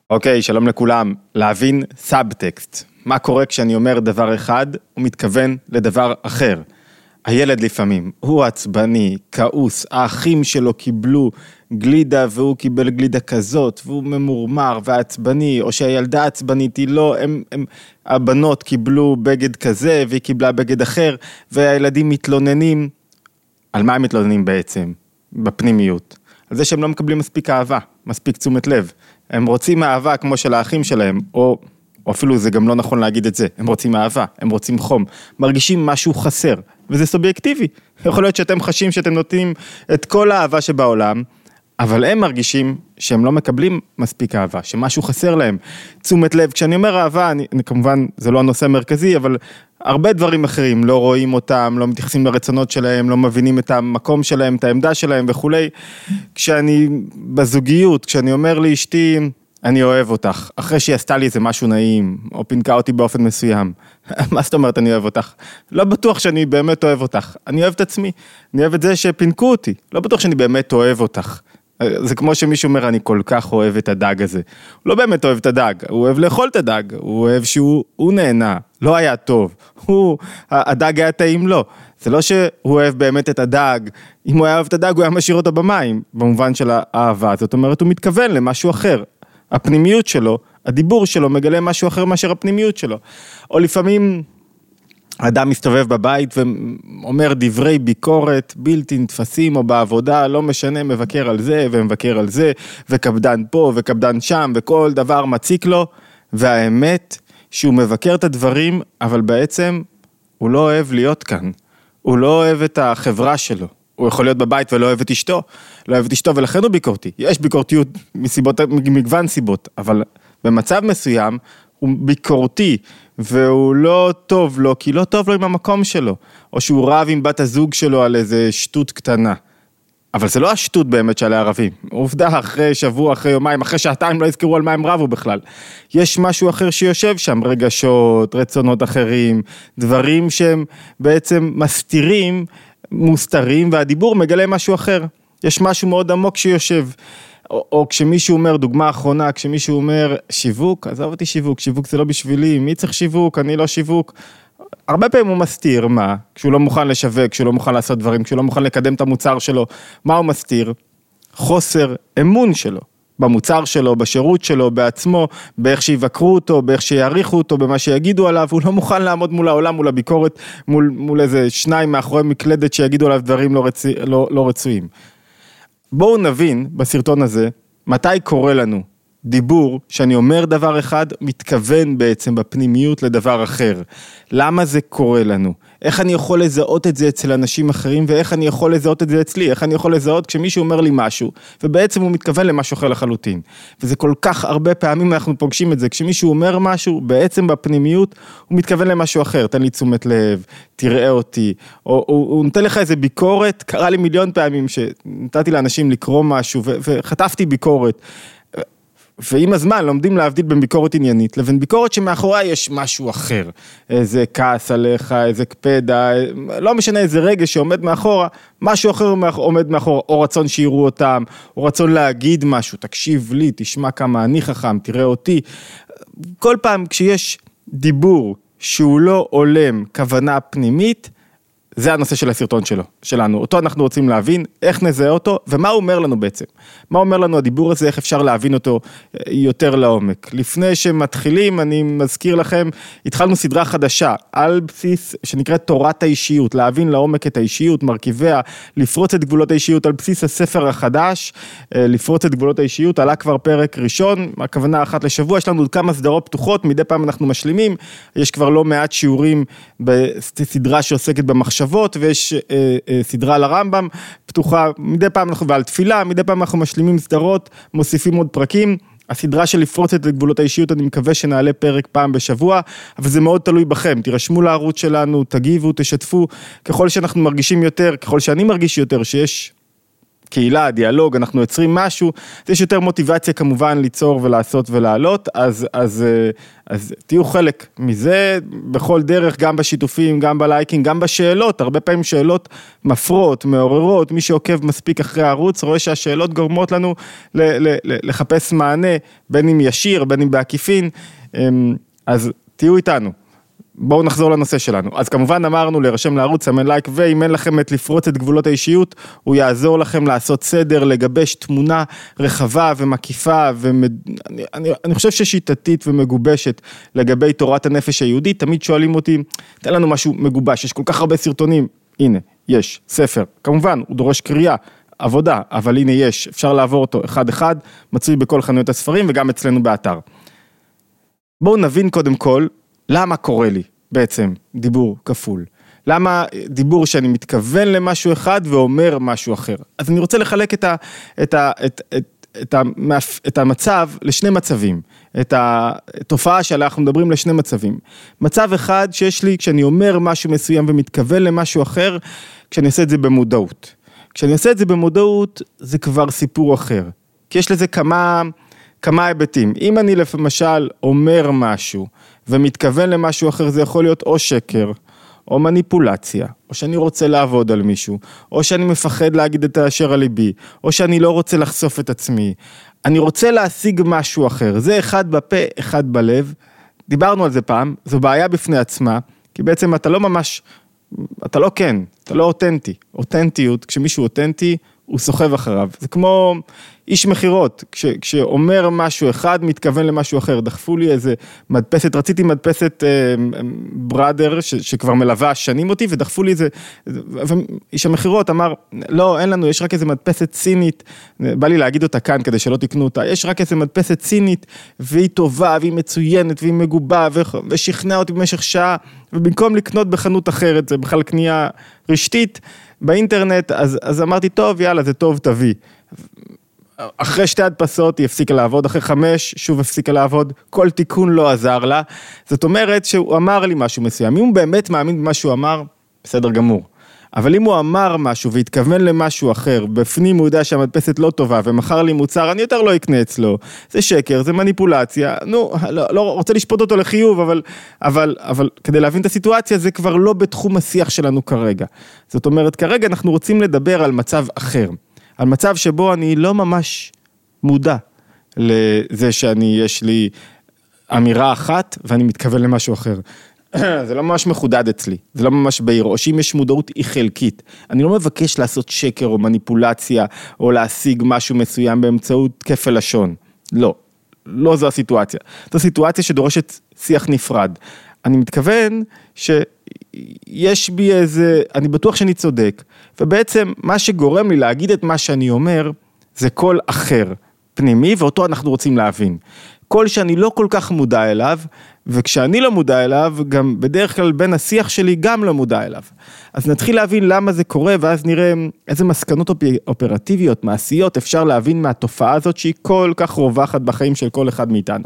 אוקיי, שלום לכולם. להבין סאבטקסט. מה קורה כשאני אומר דבר אחד ומתכוון לדבר אחר? הילד לפעמים, הוא עצבני, כעוס, האחים שלו קיבלו גלידה והוא קיבל גלידה כזאת, והוא ממורמר ועצבני, או שהילדה עצבנית היא לא, הבנות קיבלו בגד כזה והיא קיבלה בגד אחר, והילדים מתלוננים. על מה הם מתלוננים בעצם? בפנימיות. על זה שהם לא מקבלים מספיק אהבה, מספיק תשומת לב. הם רוצים אהבה כמו של האחים שלהם, או אפילו זה גם לא נכון להגיד את זה, הם רוצים אהבה, הם רוצים חום, מרגישים משהו חסר, וזה סובייקטיבי. יכול להיות שאתם חשים שאתם נותנים את כל האהבה שבעולם, אבל הם מרגישים שהם לא מקבלים מספיק אהבה, שמשהו חסר להם. תשומת לב, כשאני אומר אהבה, כמובן זה לא הנושא המרכזי, אבל הרבה דברים אחרים, לא רואים אותם, לא מתייחסים לרצונות שלהם, לא מבינים את המקום שלהם, את העמדה שלהם וכולי. כשאני בזוגיות, כשאני אומר לאשתי, אני אוהב אותך, אחרי שהיא עשתה לי איזה משהו נעים, או פינקה אותי באופן מסוים. מה זאת אומרת אני אוהב אותך? לא בטוח שאני באמת אוהב אותך. אני אוהב את עצמי. אני אוהב את זה שפינקו אותי. לא בטוח שאני באמת אוהב אותך. זה כמו שמישהו אומר, אני כל כך אוהב את הדג הזה. הוא לא באמת אוהב את הדג, הוא אוהב לאכול את הדג, הוא אוהב שהוא נהנה, לא היה טוב. הדג היה טעים לו. זה לא שהוא אוהב באמת את הדג, אם הוא היה אוהב את הדג, הוא היה משאיר אותו במים, במובן של האהבה. זאת אומרת, הוא מתכוון למשהו אחר. הפנימיות שלו, הדיבור שלו מגלה משהו אחר מאשר הפנימיות שלו. או לפעמים אדם מסתובב בבית ואומר דברי ביקורת בלתי נתפסים, או בעבודה, לא משנה, מבקר על זה ומבקר על זה, וקפדן פה וקפדן שם, וכל דבר מציק לו, והאמת שהוא מבקר את הדברים, אבל בעצם הוא לא אוהב להיות כאן. הוא לא אוהב את החברה שלו. הוא יכול להיות בבית ולא אוהב את אשתו, לא אוהב את אשתו ולכן הוא ביקורתי. יש ביקורתיות מגוון סיבות, אבל במצב מסוים הוא ביקורתי, והוא לא טוב לו, כי לא טוב לו עם המקום שלו, או שהוא רב עם בת הזוג שלו על איזה שטות קטנה. אבל זה לא השטות באמת של הערבים. עובדה, אחרי שבוע, אחרי יומיים, אחרי שעתיים לא יזכרו על מה הם רבו בכלל. יש משהו אחר שיושב שם, רגשות, רצונות אחרים, דברים שהם בעצם מסתירים, מוסתרים, והדיבור מגלה משהו אחר. יש משהו מאוד עמוק שיושב. או כשמישהו אומר, דוגמה אחרונה, כשמישהו אומר שיווק, עזוב אותי שיווק, שיווק זה לא בשבילי, מי צריך שיווק, אני לא שיווק. הרבה פעמים הוא מסתיר, מה? כשהוא לא מוכן לשווק, כשהוא לא מוכן לעשות דברים, כשהוא לא מוכן לקדם את המוצר שלו, מה הוא מסתיר? חוסר אמון שלו, במוצר שלו, בשירות שלו, בעצמו, באיך שיבקרו אותו, באיך שיעריכו אותו, במה שיגידו עליו, הוא לא מוכן לעמוד מול העולם, מול הביקורת, מול איזה שניים מאחורי מקלדת שיגידו עליו דברים לא רצויים. בואו נבין בסרטון הזה, מתי קורה לנו דיבור שאני אומר דבר אחד, מתכוון בעצם בפנימיות לדבר אחר. למה זה קורה לנו? איך אני יכול לזהות את זה אצל אנשים אחרים, ואיך אני יכול לזהות את זה אצלי? איך אני יכול לזהות כשמישהו אומר לי משהו, ובעצם הוא מתכוון למשהו אחר לחלוטין. וזה כל כך הרבה פעמים אנחנו פוגשים את זה, כשמישהו אומר משהו, בעצם בפנימיות, הוא מתכוון למשהו אחר. תן לי תשומת לב, תראה אותי, או הוא נותן לך איזה ביקורת, קרה לי מיליון פעמים שנתתי לאנשים לקרוא משהו, וחטפתי ביקורת. ועם הזמן לומדים להבדיל בין ביקורת עניינית, לבין ביקורת שמאחורי יש משהו אחר, איזה כעס עליך, איזה קפדה, לא משנה איזה רגש שעומד מאחורה, משהו אחר עומד מאחורה, או רצון שיראו אותם, או רצון להגיד משהו, תקשיב לי, תשמע כמה אני חכם, תראה אותי. כל פעם כשיש דיבור שהוא לא עולם כוונה פנימית, זה הנושא של הסרטון שלנו. אותו אנחנו רוצים להבין, איך נזהה אותו, ומה הוא אומר לנו בעצם. מה אומר לנו הדיבור הזה, איך אפשר להבין אותו יותר לעומק. לפני שמתחילים, אני מזכיר לכם, התחלנו סדרה חדשה, על בסיס שנקראת תורת האישיות, להבין לעומק את האישיות, מרכיביה, לפרוץ את גבולות האישיות על בסיס הספר החדש, לפרוץ את גבולות האישיות, עלה כבר פרק ראשון, הכוונה אחת לשבוע, יש לנו עוד כמה סדרות פתוחות, מדי פעם אנחנו משלימים, יש כבר לא מעט שיעורים בסדרה שעוסקת במחשבות, ויש סדרה על הרמב"ם, פתוחה מדי פעם אנחנו ועל תפילה, מדי פעם אנחנו משלימים סדרות, מוסיפים עוד פרקים, הסדרה של לפרוץ את גבולות האישיות, אני מקווה שנעלה פרק פעם בשבוע, אבל זה מאוד תלוי בכם, תירשמו לערוץ שלנו, תגיבו, תשתפו, ככל שאנחנו מרגישים יותר, ככל שאני מרגיש יותר, שיש קהילה, דיאלוג, אנחנו יוצרים משהו, יש יותר מוטיבציה כמובן ליצור ולעשות ולעלות, אז תהיו חלק מזה, בכל דרך, גם בשיתופים, גם בלייקים, גם בשאלות, הרבה פעמים שאלות מפרות, מעוררות, מי שעוקב מספיק אחרי הערוץ, רואה שהשאלות גורמות לנו לחפש מענה, בין אם ישיר, בין אם בעקיפין, אז תהיו איתנו. בואו נחזור לנושא שלנו. אז כמובן אמרנו להירשם לערוץ, סמן לייק, ואם אין לכם את לפרוץ את גבולות האישיות, הוא יעזור לכם לעשות סדר, לגבש תמונה רחבה ומקיפה, אני חושב ששיטתית ומגובשת לגבי תורת הנפש היהודית, תמיד שואלים אותי, תן לנו משהו מגובש, יש כל כך הרבה סרטונים, הנה, יש, ספר, כמובן, הוא דורש קריאה, עבודה, אבל הנה יש, אפשר לעבור אותו אחד, מצוי בכל חנויות הספרים וגם אצלנו באתר. בואו נבין קודם כל, למה קורה לי בעצם דיבור כפול? למה דיבור שאני מתכוון למשהו אחד ואומר משהו אחר? אז אני רוצה לחלק את המצב לשני מצבים, את התופעה שעליה אנחנו מדברים לשני מצבים. מצב אחד שיש לי כשאני אומר משהו מסוים ומתכוון למשהו אחר, כשאני עושה את זה במודעות. כשאני עושה את זה במודעות זה כבר סיפור אחר, כי יש לזה כמה היבטים. אם אני למשל אומר משהו ומתכוון למשהו אחר, זה יכול להיות או שקר, או מניפולציה, או שאני רוצה לעבוד על מישהו, או שאני מפחד להגיד את האשר על ליבי, או שאני לא רוצה לחשוף את עצמי. אני רוצה להשיג משהו אחר. זה אחד בפה, אחד בלב. דיברנו על זה פעם, זו בעיה בפני עצמה, כי בעצם אתה לא ממש, אתה לא כן, אתה לא אותנטי. אותנטיות, כשמישהו אותנטי, הוא סוחב אחריו. זה כמו איש מחירות, כשאומר משהו אחד, מתכוון למשהו אחר. דחפו לי איזה מדפסת, רציתי מדפסת בראדר, שכבר מלווה שנים אותי, ודחפו לי איזה, ואיש המחירות אמר, לא, אין לנו, יש רק איזה מדפסת סינית, בא לי להגיד אותה כאן, כדי שלא תקנו אותה, יש רק איזה מדפסת סינית, והיא טובה, והיא מצוינת, והיא מגובה, ושכנע אותי במשך שעה, ובמקום לקנות בחנות אחרת, זה בכלל קנייה רשתית, באינטרנט, אז אמרתי, טוב, יאללה, זה טוב, תביא. אחרי 2 הדפסות היא הפסיקה לעבוד, אחרי 5 שוב הפסיקה לעבוד, כל תיקון לא עזר לה, זאת אומרת שהוא אמר לי משהו מסוים, אם הוא באמת מאמין במה שהוא אמר, בסדר גמור, אבל אם הוא אמר משהו והתכוון למשהו אחר, בפנים הוא יודע שהמדפסת לא טובה ומחר לי מוצר, אני יותר לא אקנה אצלו, זה שקר, זה מניפולציה, נו, לא רוצה לשפוט אותו לחיוב, אבל כדי להבין את הסיטואציה, זה כבר לא בתחום השיח שלנו כרגע. זאת אומרת, כרגע אנחנו רוצים לדבר על מצב אחר, על מצב שבו אני לא ממש מודע לזה יש לי אמירה אחת ואני מתכוון למשהו אחר. זה לא ממש מחודד אצלי, זה לא ממש בעיר, או שאם יש מודעות היא חלקית. אני לא מבקש לעשות שקר או מניפולציה, או להשיג משהו מסוים באמצעות כפל לשון. לא זו הסיטואציה. זו סיטואציה שדורשת שיח נפרד. אני מתכוון שיש בי אני בטוח שאני צודק, ובעצם מה שגורם לי להגיד את מה שאני אומר, זה קול אחר, פנימי, ואותו אנחנו רוצים להבין. קול שאני לא כל כך מודע אליו, וכשאני לא מודע אליו, גם בדרך כלל בין השיח שלי גם לא מודע אליו. אז נתחיל להבין למה זה קורה, ואז נראה איזה מסקנות אופרטיביות, מעשיות, אפשר להבין מהתופעה הזאת, שהיא כל כך רווחת בחיים של כל אחד מאיתנו.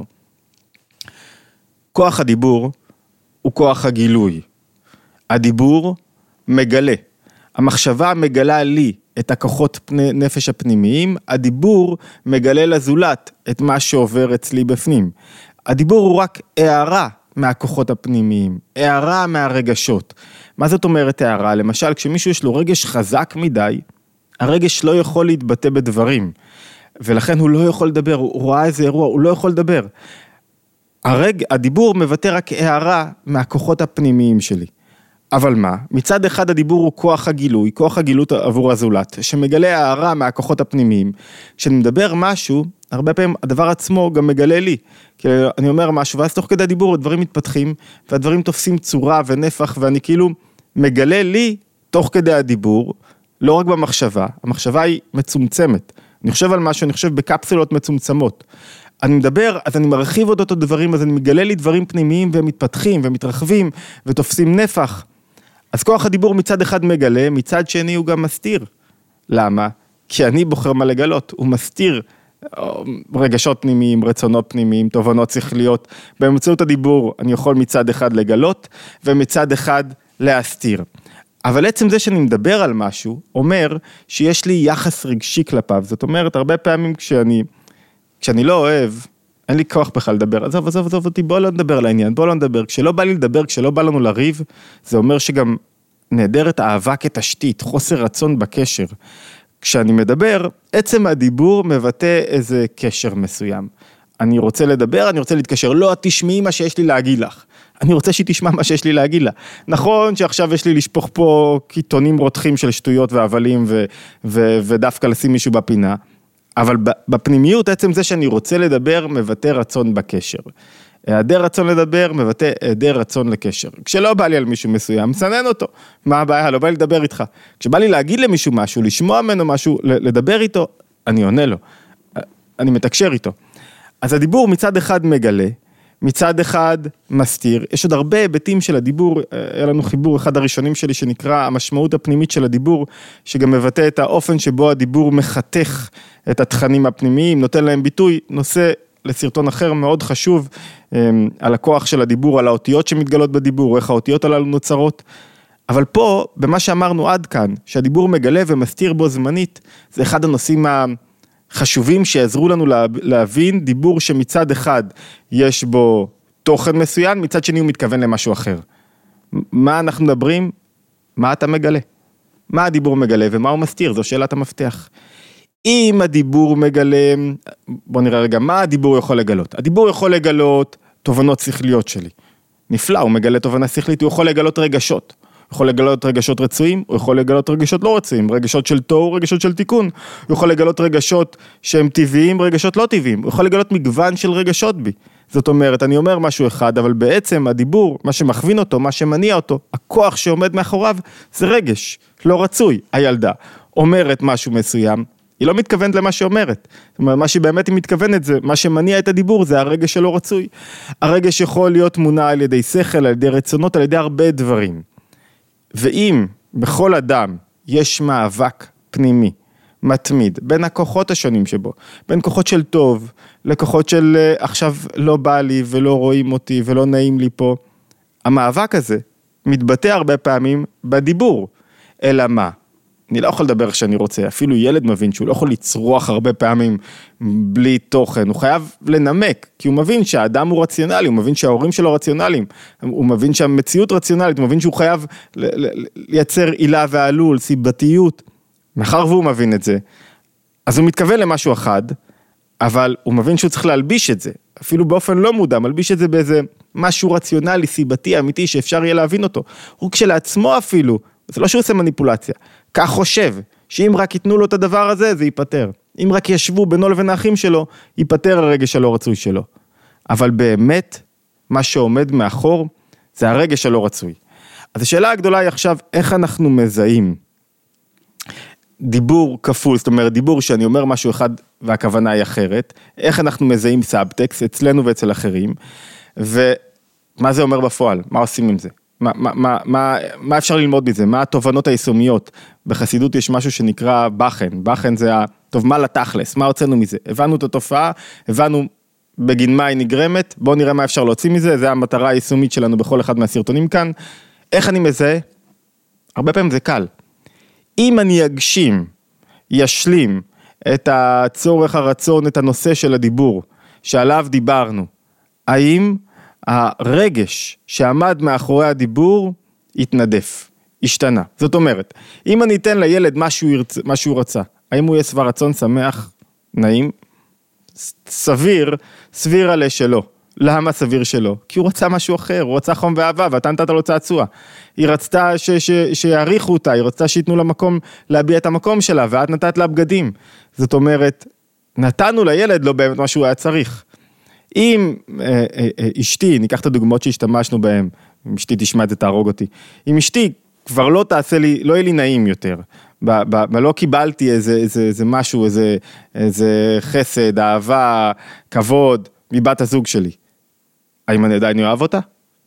כוח הדיבור הוא כוח הגילוי. הדיבור מגלה. המחשבה מגלה לי את הכוחות נפש הפנימיים, הדיבור מגלה לזולת את מה שעובר אצלי בפנים. הדיבור הוא רק הערה מהכוחות הפנימיים, הערה מהרגשות. מה זאת אומרת הערה? למשל, כשמישהו יש לו רגש חזק מדי, הרגש לא יכול להתבטא בדברים, ולכן הוא לא יכול לדבר, הוא רואה איזה אירוע, הוא לא יכול לדבר. הדיבור מבטא רק הערה מהכוחות הפנימיים שלי. אבל מה? מצד אחד הדיבור הוא כוח הגילוי, כוח הגילות עבור הזולת, שמגלה הערה מהכוחות הפנימיים. כשאני מדבר משהו, הרבה פעמים הדבר עצמו גם מגלה לי. כי אני אומר משהו, ואז תוך כדי הדיבור הדברים מתפתחים, והדברים תופסים צורה ונפח, ואני כאילו מגלה לי תוך כדי הדיבור, לא רק במחשבה, המחשבה היא מצומצמת. אני חושב על משהו, אני חושב בקפסולות מצומצמות. אני מדבר, אז אני מרחיב עוד אותו דברים, אז אני מגלה לי דברים פנימיים והם מתפתחים ומתרחבים ותופסים נפח. אז כוח הדיבור מצד אחד מגלה, מצד שני הוא גם מסתיר. למה? כי אני בוחר מה לגלות, הוא מסתיר רגשות פנימיים, רצונות פנימיים, תובנות שכליות. באמצעות הדיבור אני יכול מצד אחד לגלות, ומצד אחד להסתיר. אבל עצם זה שאני מדבר על משהו, אומר שיש לי יחס רגשי כלפיו. זאת אומרת, הרבה פעמים כשאני לא אוהב, אין לי כוח בכלל לדבר, עזוב אותי, בוא לא נדבר על העניין, בוא לא נדבר. כשלא בא לי לדבר, כשלא בא לנו לריב, זה אומר שגם נהדרת אהבה כתשתית, חוסר רצון בקשר. כשאני מדבר, עצם הדיבור מבטא איזה קשר מסוים. אני רוצה לדבר, אני רוצה להתקשר, לא, תשמעי מה שיש לי להגיד לך. אני רוצה שהיא תשמע מה שיש לי להגיד לה. נכון שעכשיו יש לי לשפוך פה קיתונים רותחים של שטויות והבלים ודווקא לשים מישהו בפינה, אבל בפנימיות עצם זה שאני רוצה לדבר מבטא רצון בקשר. היעדר רצון לדבר מבטא היעדר רצון לקשר. כשלא בא לי על מישהו מסוים, מסנן אותו. מה הבעיה? לא בא לי לדבר איתך. כשבא לי להגיד למישהו משהו, לשמוע ממנו משהו, לדבר איתו, אני עונה לו. אני מתקשר איתו. אז הדיבור מצד אחד מגלה, מצד אחד מסתיר. יש עוד הרבה היבטים של הדיבור, היה לנו חיבור אחד הראשונים שלי שנקרא המשמעות הפנימית של הדיבור, שגם מבטא את האופן שבו הדיבור מחתך את התכנים הפנימיים, נותן להם ביטוי, נושא לסרטון אחר מאוד חשוב, על הכוח של הדיבור, על האותיות שמתגלות בדיבור, איך האותיות הללו נוצרות. אבל פה, במה שאמרנו עד כאן, שהדיבור מגלה ומסתיר בו זמנית, זה אחד הנושאים חשובים שיעזרו לנו להבין דיבור שמצד אחד יש בו תוכן מסוים, מצד שני הוא מתכוון למשהו אחר. מה אנחנו מדברים? מה אתה מגלה? מה הדיבור מגלה ומה הוא מסתיר? זו שאלת המפתח. אם הדיבור מגלה, בוא נראה רגע, מה הדיבור יכול לגלות? הדיבור יכול לגלות תובנות שכליות שלי. נפלא, הוא מגלה תובנה שכלית, הוא יכול לגלות רגשות. הוא יכול לגלות רגשות רצויים, הוא יכול לגלות רגשות לא רצויים, רגשות של תוהו, רגשות של תיקון. הוא יכול לגלות רגשות שהם טבעיים, רגשות לא טבעיים. הוא יכול לגלות מגוון של רגשות בי. זאת אומרת, אני אומר משהו אחד, אבל בעצם הדיבור, מה שמכווין אותו, מה שמניע אותו, הכוח שעומד מאחוריו, זה רגש, לא רצוי. הילדה אומרת משהו מסוים, היא לא מתכוונת למה שאומרת. זאת אומרת, מה שבאמת היא מתכוונת זה, מה שמניע את הדיבור זה הרגש שלא רצוי. הרגש יכול להיות מונע על ידי שכל, על ידי רצונות, על ידי הרבה דברים. ואם בכל אדם יש מאבק פנימי, מתמיד, בין הכוחות השונים שבו, בין כוחות של טוב, לכוחות של עכשיו לא בא לי ולא רואים אותי ולא נעים לי פה, המאבק הזה מתבטא הרבה פעמים בדיבור. אלא מה? אני לא יכול לדבר איך שאני רוצה, אפילו ילד מבין שהוא לא יכול לצרוח הרבה פעמים בלי תוכן, הוא חייב לנמק, כי הוא מבין שהאדם הוא רציונלי, הוא מבין שההורים שלו רציונליים, הוא מבין שהמציאות רציונלית, הוא מבין שהוא חייב לייצר עילה ועלול, סיבתיות, מאחר והוא מבין את זה, אז הוא מתכוון למשהו אחד, אבל הוא מבין שהוא צריך להלביש את זה, אפילו באופן לא מודע, מלביש את זה באיזה משהו רציונלי, סיבתי, אמיתי, שאפשר יהיה להבין אותו, הוא כשלעצמו אפילו, זה לא שהוא עושה מניפולציה, כך חושב, שאם רק ייתנו לו את הדבר הזה, זה ייפטר. אם רק ישבו בינו לבין האחים שלו, ייפטר הרגש הלא רצוי שלו. אבל באמת, מה שעומד מאחור, זה הרגש הלא רצוי. אז השאלה הגדולה היא עכשיו, איך אנחנו מזהים דיבור כפול, זאת אומרת, דיבור שאני אומר משהו אחד, והכוונה היא אחרת, איך אנחנו מזהים סאבטקסט, אצלנו ואצל אחרים, ומה זה אומר בפועל, מה עושים עם זה? מה אפשר ללמוד מזה? מה התובנות היישומיות? בחסידות יש משהו שנקרא בחן. בחן זה טוב, מה לתכלס? מה הוצאנו מזה? הבנו את התופעה, הבנו בגין מה היא נגרמת, בואו נראה מה אפשר להוציא מזה, זה המטרה היישומית שלנו בכל אחד מהסרטונים כאן. איך אני מזהה? הרבה פעמים זה קל. אם אני אגשים, ישלים את הצורך הרצון, את הנושא של הדיבור, שעליו דיברנו, האם הרגש שעמד מאחורי הדיבור התנדף, השתנה. זאת אומרת, אם אני אתן לילד מה שהוא רצה, האם הוא יהיה שבע רצון, שמח, נעים? סביר עלי שלא. למה סביר שלא? כי הוא רצה משהו אחר, הוא רצה חום ואהבה, ואתה נתת לו צעצוע. היא רצתה שיעריכו אותה, היא רצתה שיתנו לה מקום להביע את המקום שלה, ואת נתת לה בגדים. זאת אומרת, נתנו לילד לא באמת מה שהוא היה צריך. אם אשתי, ניקח את הדוגמאות שהשתמשנו בהן, אם אשתי תשמע את זה, תהרוג אותי, אם אשתי כבר לא תעשה לי, לא יהיה לי נעים יותר, לא קיבלתי איזה משהו, איזה חסד, אהבה, כבוד, מבת הזוג שלי, האם אני עדיין אוהב אותה?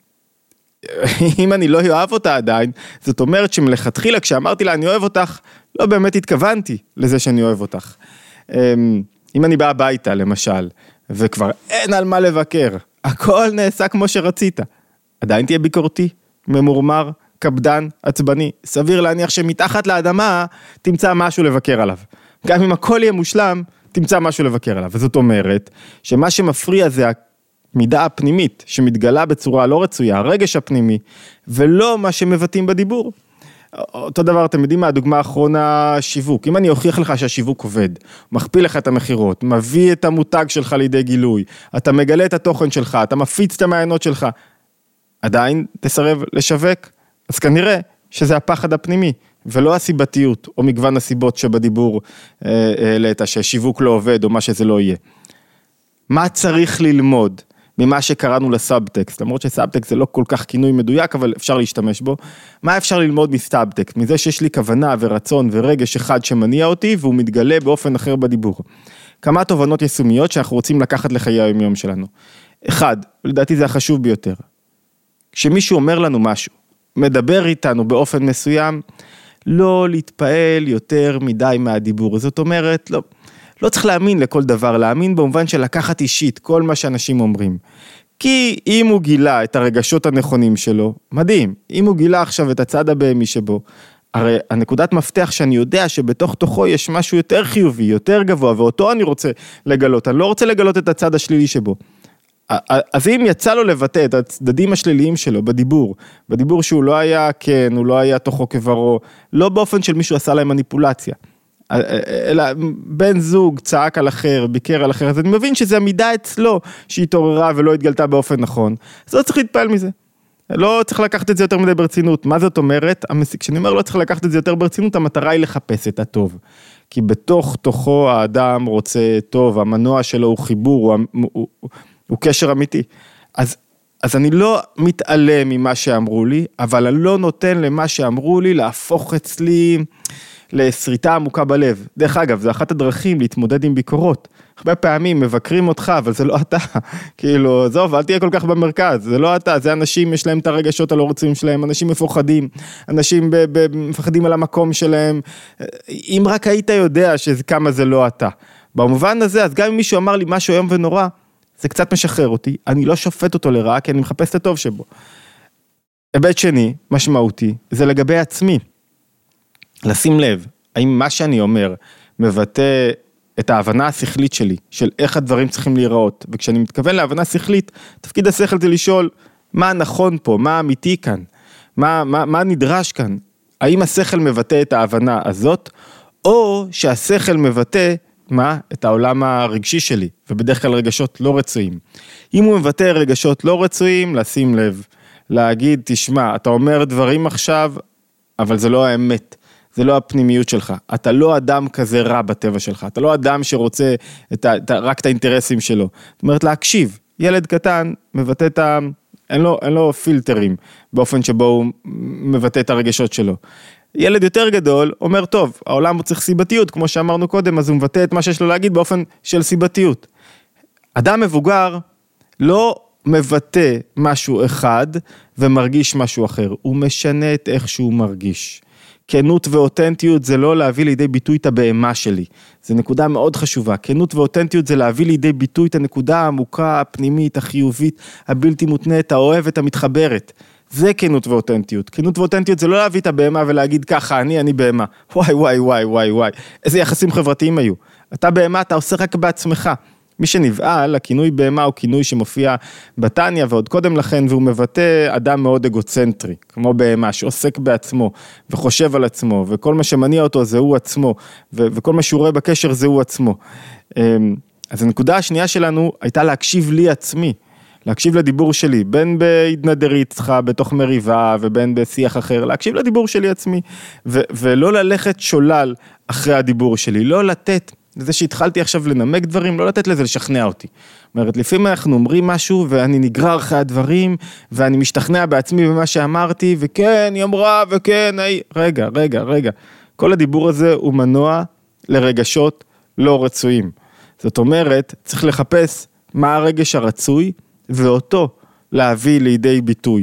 אם אני לא אוהב אותה עדיין, זאת אומרת שמלכתחילה כשאמרתי לה אני אוהב אותך, לא באמת התכוונתי לזה שאני אוהב אותך. אם אני בא הביתה למשל, וכבר אין על מה לבקר, הכל נעשה כמו שרצית, עדיין תהיה ביקורתי, ממורמר, קפדן, עצבני, סביר להניח שמתחת לאדמה תמצא משהו לבקר עליו. גם אם הכל יהיה מושלם, תמצא משהו לבקר עליו. וזאת אומרת שמה שמפריע זה המידה הפנימית שמתגלה בצורה לא רצויה, הרגש הפנימי, ולא מה שמבטאים בדיבור. אותו דבר, אתם יודעים מה, הדוגמה האחרונה, שיווק. אם אני אוכיח לך שהשיווק עובד, מכפיל לך את המחירות, מביא את המותג שלך לידי גילוי, אתה מגלה את התוכן שלך, אתה מפיץ את המעיינות שלך, עדיין תסרב לשווק, אז כנראה שזה הפחד הפנימי, ולא הסיבתיות, או מגוון הסיבות שבדיבור העלית, שהשיווק לא עובד, או מה שזה לא יהיה. מה צריך ללמוד ממה שקראנו לסאבטקסט? למרות שסאבטקסט זה לא כל כך כינוי מדויק, אבל אפשר להשתמש בו. מה אפשר ללמוד מסאבטקסט? מזה שיש לי כוונה ורצון ורגש אחד שמניע אותי, והוא מתגלה באופן אחר בדיבור. כמה תובנות יישומיות שאנחנו רוצים לקחת לחיי היום שלנו. אחד, לדעתי זה החשוב ביותר. כשמישהו אומר לנו משהו, מדבר איתנו באופן מסוים, לא להתפעל יותר מדי מהדיבור. זאת אומרת, לא צריך להאמין לכל דבר, להאמין במובן של לקחת אישית כל מה שאנשים אומרים. כי אם הוא גילה את הרגשות הנכונים שלו, מדהים. אם הוא גילה עכשיו את הצד הבהמי שבו, הרי הנקודת מפתח שאני יודע שבתוך תוכו יש משהו יותר חיובי, יותר גבוה, ואותו אני רוצה לגלות. אני לא רוצה לגלות את הצד השלילי שבו. אז אם יצא לו לבטא את הצדדים השליליים שלו בדיבור שהוא לא היה כן, הוא לא היה תוכו כברו, לא באופן של מישהו עשה להם מניפולציה, אלא בן זוג צעק על אחר, ביקר על אחר, אז אני מבין שזה המידה אצלו שהתעוררה ולא התגלתה באופן נכון, אז לא צריך להתפעל מזה, לא צריך לקחת את זה יותר מדי ברצינות. מה זאת אומרת? כשאני אומר לא צריך לקחת את זה יותר ברצינות, המטרה היא לחפש את הטוב, כי בתוך תוכו האדם רוצה טוב, המנוע שלו הוא חיבור, הוא קשר אמיתי. אז אני לא מתעלם ממה שאמרו לי, אבל אני לא נותן למה שאמרו לי להפוך אצלי לסריטה עמוקה בלב. דרך אגב, זה אחת הדרכים להתמודד עם ביקורות. הרבה פעמים מבקרים אותך, אבל זה לא אתה. כאילו, זוב, אל תהיה כל כך במרכז, זה לא אתה, זה אנשים, יש להם את הרגשות הלא רוצים שלהם, אנשים מפוחדים, אנשים מפחדים על המקום שלהם. אם רק היית יודע כמה זה לא אתה. במובן הזה, אז גם אם מישהו אמר לי משהו היום ונורא, זה קצת משחרר אותי, אני לא שופט אותו לרעה, כי אני מחפש את הטוב שבו. היבט שני, משמעותי, זה לגבי עצמי. לשים לב, האם מה שאני אומר מבטא את ההבנה השכלית שלי, של איך הדברים צריכים להיראות, וכשאני מתכוון להבנה שכלית, תפקיד השכל זה לשאול, מה נכון פה, מה אמיתי כאן, מה נדרש כאן, האם השכל מבטא את ההבנה הזאת, או שהשכל מבטא את העולם הרגשי שלי, ובדרך כלל רגשות לא רצויים. אם הוא מבטא רגשות לא רצויים, לשים לב, להגיד, תשמע, אתה אומר דברים עכשיו, אבל זה לא האמת, זה לא הפנימיות שלך, אתה לא אדם כזה רע בטבע שלך, אתה לא אדם שרוצה רק את האינטרסים שלו. זאת אומרת, להקשיב, ילד קטן מבטא אין לו פילטרים, באופן שבו הוא מבטא את הרגשות שלו. ילד יותר גדול אומר, טוב, העולם הוא צריך סיבתיות, כמו שאמרנו קודם, אז הוא מבטא את מה שיש לו להגיד באופן של סיבתיות. אדם מבוגר לא מבטא משהו אחד ומרגיש משהו אחר, הוא משנה את איך שהוא מרגיש. כנות ואותנטיות זה לא להביא לידי ביטוי את הבהמה שלי, זה נקודה מאוד חשובה. כנות ואותנטיות זה להביא לידי ביטוי את הנקודה העמוקה, הפנימית, החיובית, הבלתי מותנית, האוהבת, המתחברת. זה כנות ואותנטיות. כנות ואותנטיות זה לא להביא את הבהמה ולהגיד ככה, אני בהמה. וואי. איזה יחסים חברתיים היו. אתה בהמה, אתה עושה רק בעצמך. מי שנבעל, הכינוי בהמה הוא כינוי שמופיע בתניא ועוד קודם לכן, והוא מבטא אדם מאוד אגוצנטרי, כמו בהמה, שעוסק בעצמו וחושב על עצמו, וכל מה שמניע אותו זה הוא עצמו, וכל מה שהוא רואה בקשר זה הוא עצמו. אז הנקודה השנייה שלנו הייתה להקשיב לי עצמי, להקשיב לדיבור שלי, בין בהתנדרית איתך בתוך מריבה, ובין בשיח אחר, להקשיב לדיבור שלי עצמי, ולא ללכת שולל אחרי הדיבור שלי, לא לתת, זה שהתחלתי עכשיו לנמק דברים, לא לתת לזה לשכנע אותי. זאת אומרת, לפעמים אנחנו אומרים משהו, ואני נגרר אחרי הדברים, ואני משתכנע בעצמי במה שאמרתי, וכן, היא אמרה, וכן, רגע. כל הדיבור הזה הוא מנוע לרגשות לא רצויים. זאת אומרת, צריך לחפש מה הרגש הרצוי, ואותו להביא לידי ביטוי.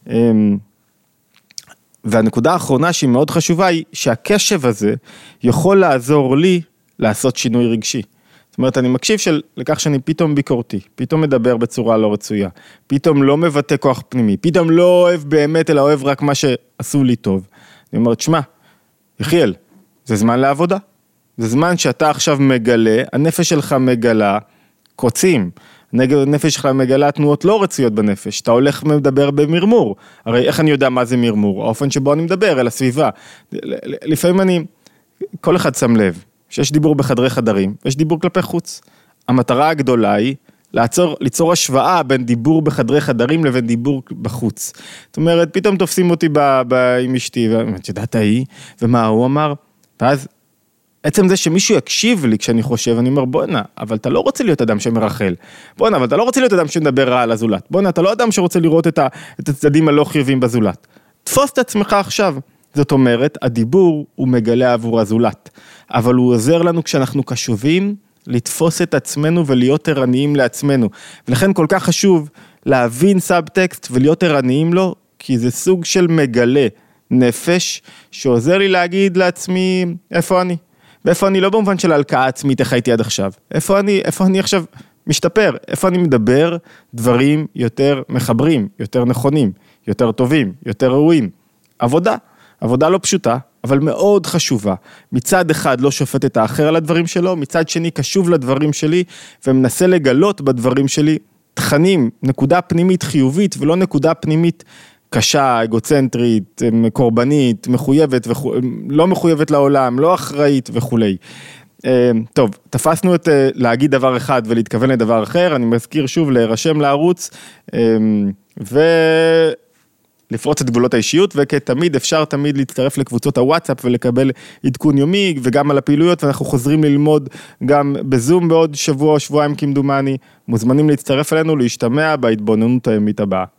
והנקודה האחרונה שהיא מאוד חשובה היא שהקשב הזה יכול לעזור לי לעשות שינוי רגשי. זאת זאת אומרת, אני מקשיב לכך שאני פתאום ביקורתי, פתאום מדבר בצורה לא רצויה, פתאום לא מבטא כוח פנימי, פתאום לא אוהב באמת, אלא אוהב רק מה שעשו לי טוב. אני אומר, תשמע, יחיאל, זה זמן לעבודה. זה זמן שאתה עכשיו מגלה, הנפש שלך מגלה קוצים, הנפש שלך מגלה תנועות לא רצויות בנפש, אתה הולך ומדבר במרמור, הרי איך אני יודע מה זה מרמור? האופן שבו אני מדבר אל הסביבה. לפעמים כל אחד שם לב, שיש דיבור בחדרי חדרים, ויש דיבור כלפי חוץ. המטרה הגדולה היא ליצור השוואה בין דיבור בחדרי חדרים לבין דיבור בחוץ. זאת אומרת, פתאום תופסים אותי עם אשתי, ואת יודעת היא, ומה הוא אמר, ואז עצם זה שמישהו יקשיב לי כשאני חושב, אני אומר, בוא'נה, אבל אתה לא רוצה להיות אדם שמרחל. בוא'נה, אבל אתה לא רוצה להיות אדם שמדבר רע על הזולת. בוא'נה, אתה לא אדם שרוצה לראות את הצדדים הלא חיובים בזולת. תפוס את עצמך עכשיו. זאת אומרת, הדיבור הוא מגלה עבור הזולת. אבל הוא עוזר לנו כשאנחנו קשובים, לתפוס את עצמנו ולהיות ערניים לעצמנו. ולכן כל כך חשוב להבין סאבטקסט ולהיות ערניים לו, כי זה סוג של מגלה נפש, שעוזר לי להגיד לעצמי, איפה אני? ואיפה אני לא במובן של הלקאה עצמית, איך הייתי עד עכשיו. איפה אני עכשיו משתפר? איפה אני מדבר דברים יותר מחברים, יותר נכונים, יותר טובים, יותר ראויים. עבודה לא פשוטה, אבל מאוד חשובה. מצד אחד לא שופט את האחר על הדברים שלו, מצד שני קשוב לדברים שלי, ומנסה לגלות בדברים שלי תכנים, נקודה פנימית חיובית, ולא נקודה פנימית קשה, אגוצנטרית, קורבנית, מחויבת, לא מחויבת לעולם, לא אחראית וכו'. טוב, תפסנו את להגיד דבר אחד ולהתכוון לדבר אחר, אני מזכיר שוב להירשם לערוץ, לפרוץ את גבולות האישיות, וכתמיד אפשר תמיד להצטרף לקבוצות הוואטסאפ ולקבל עדכון יומי, וגם על הפעילויות, ואנחנו חוזרים ללמוד גם בזום בעוד שבוע או שבועיים כמדומני, מוזמנים להצטרף אלינו, להשתמע בהתבוננות היומית הבאה.